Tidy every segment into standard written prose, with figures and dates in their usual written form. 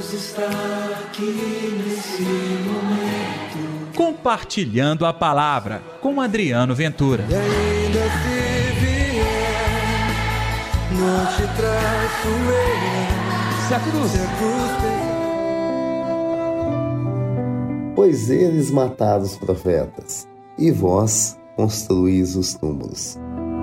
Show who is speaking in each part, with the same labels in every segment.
Speaker 1: Deus está aqui nesse momento,
Speaker 2: Compartilhando a Palavra, com Adriano Ventura.
Speaker 1: e ainda se vier, não te traço eu,
Speaker 3: Se a cruz
Speaker 1: se a cruz pesar.
Speaker 4: Pois eles mataram os profetas, e vós construís os túmulos.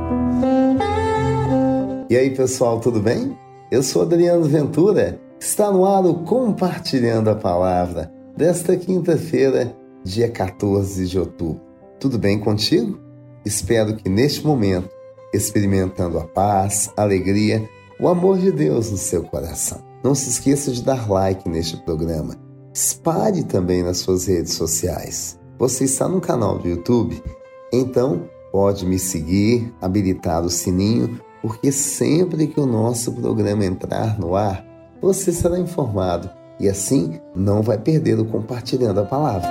Speaker 4: E aí, pessoal, tudo bem? Eu sou Adriano Ventura. Está no ar o Compartilhando a Palavra desta quinta-feira, dia 14 de outubro. Tudo bem contigo? Espero que neste momento, experimentando a paz, a alegria, o amor de Deus no seu coração. Não se esqueça de dar like neste programa. Espalhe também nas suas redes sociais. Você está no canal do YouTube? Então, pode me seguir, habilitar o sininho, porque sempre que o nosso programa entrar no ar, você será informado e assim não vai perder o Compartilhando a Palavra.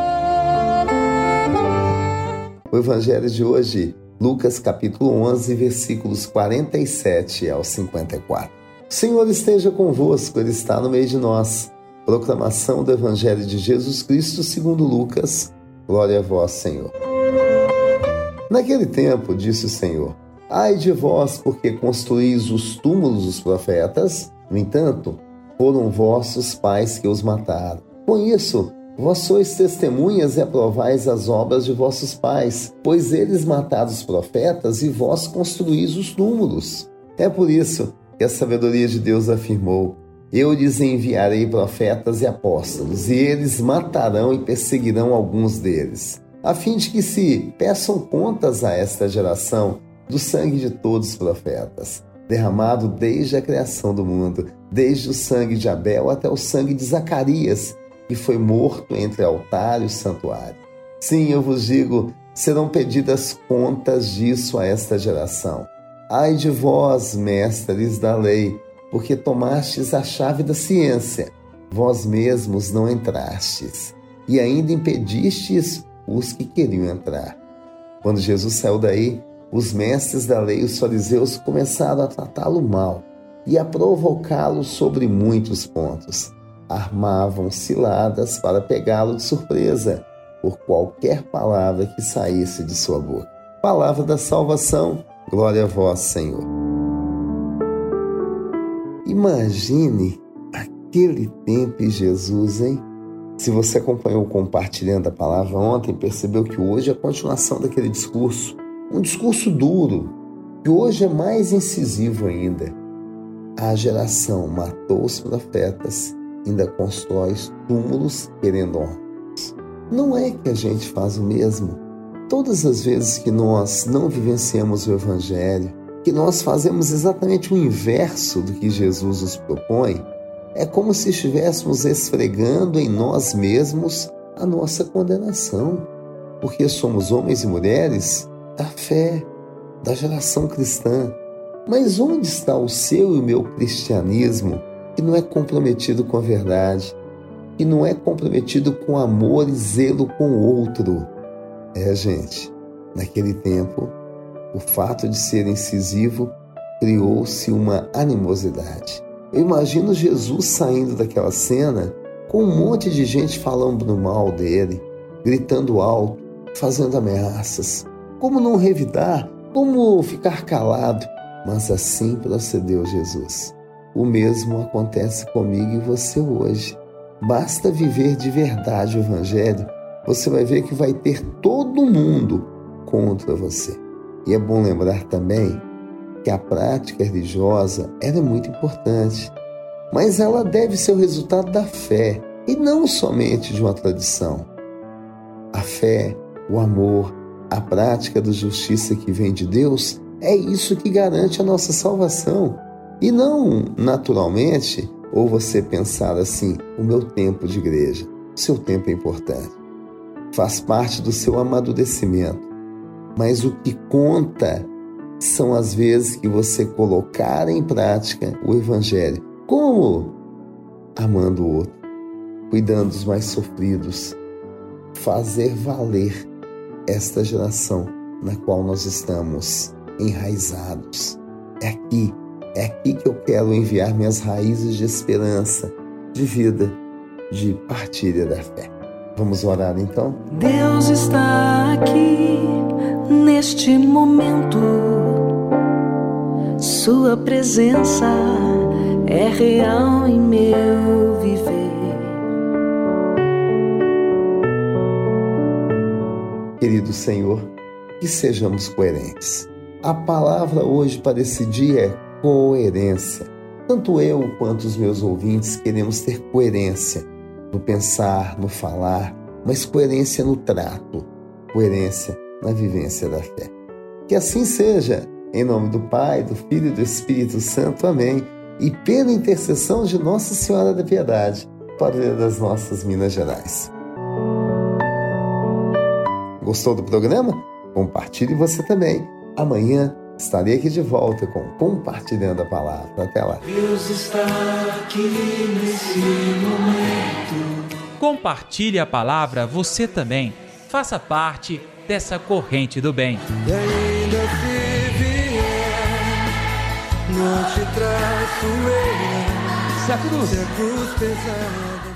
Speaker 4: O Evangelho de hoje, Lucas capítulo 11, versículos 47 ao 54. O Senhor esteja convosco, Ele está no meio de nós. Proclamação do Evangelho de Jesus Cristo segundo Lucas. Glória a vós, Senhor. Naquele tempo, disse o Senhor: ai de vós, porque construís os túmulos dos profetas, no entanto, foram vossos pais que os mataram. Com isso, vós sois testemunhas e aprovais as obras de vossos pais, pois eles mataram os profetas e vós construís os túmulos. É por isso que a sabedoria de Deus afirmou: eu lhes enviarei profetas e apóstolos, e eles matarão e perseguirão alguns deles, a fim de que se peçam contas a esta geração do sangue de todos os profetas, derramado desde a criação do mundo, desde o sangue de Abel até o sangue de Zacarias, que foi morto entre o altar e o santuário. Sim, eu vos digo, serão pedidas contas disso a esta geração. Ai de vós, mestres da lei, porque tomastes a chave da ciência, vós mesmos não entrastes, e ainda impedistes os que queriam entrar. Quando Jesus saiu daí, os mestres da lei e os fariseus começaram a tratá-lo mal e a provocá-lo sobre muitos pontos. Armavam ciladas para pegá-lo de surpresa por qualquer palavra que saísse de sua boca. Palavra da salvação, glória a vós, Senhor. Imagine aquele tempo em Jesus, hein? Se você acompanhou Compartilhando a Palavra ontem, percebeu que hoje é a continuação daquele discurso. Um discurso duro, que hoje é mais incisivo ainda. A geração matou os profetas, ainda constrói túmulos querendo honras. Não é que a gente faz o mesmo? Todas as vezes que nós não vivenciamos o Evangelho, que nós fazemos exatamente o inverso do que Jesus nos propõe, é como se estivéssemos esfregando em nós mesmos a nossa condenação, porque somos homens e mulheres da fé, da geração cristã. Mas onde está o seu e o meu cristianismo, que não é comprometido com a verdade, que não é comprometido com amor e zelo com o outro? Gente, naquele tempo, o fato de ser incisivo criou-se uma animosidade. Eu imagino Jesus saindo daquela cena com um monte de gente falando mal dele, gritando alto, fazendo ameaças. Como não revidar? Como ficar calado? Mas assim procedeu Jesus. O mesmo acontece comigo e você hoje. Basta viver de verdade o Evangelho, você vai ver que vai ter todo mundo contra você. E é bom lembrar também que a prática religiosa ela é muito importante, mas ela deve ser o resultado da fé e não somente de uma tradição. A fé, o amor, a prática da justiça que vem de Deus é isso que garante a nossa salvação. E não naturalmente, ou você pensar assim, o meu tempo de igreja, o seu tempo é importante, faz parte do seu amadurecimento, mas o que conta são as vezes que você colocar em prática o Evangelho. Como? Amando o outro, cuidando dos mais sofridos, fazer valer esta geração na qual nós estamos enraizados. É aqui que eu quero enviar minhas raízes de esperança, de vida, de partilha da fé. Vamos orar então?
Speaker 1: Deus está aqui neste momento. Sua presença é real em meu viver.
Speaker 4: Querido Senhor, que sejamos coerentes. A palavra hoje para esse dia é coerência. Tanto eu quanto os meus ouvintes queremos ter coerência no pensar, no falar, mas coerência no trato, coerência na vivência da fé. Que assim seja, em nome do Pai, do Filho e do Espírito Santo. Amém. E pela intercessão de Nossa Senhora da Piedade, padroeira das nossas Minas Gerais. Gostou do programa? Compartilhe você também. Amanhã estarei aqui de volta com Compartilhando a Palavra. Até lá.
Speaker 1: Deus está aqui nesse momento.
Speaker 2: Compartilhe a palavra você também. Faça parte dessa corrente do bem.
Speaker 1: E ainda se vier, não te traço eu. Se a cruz pesada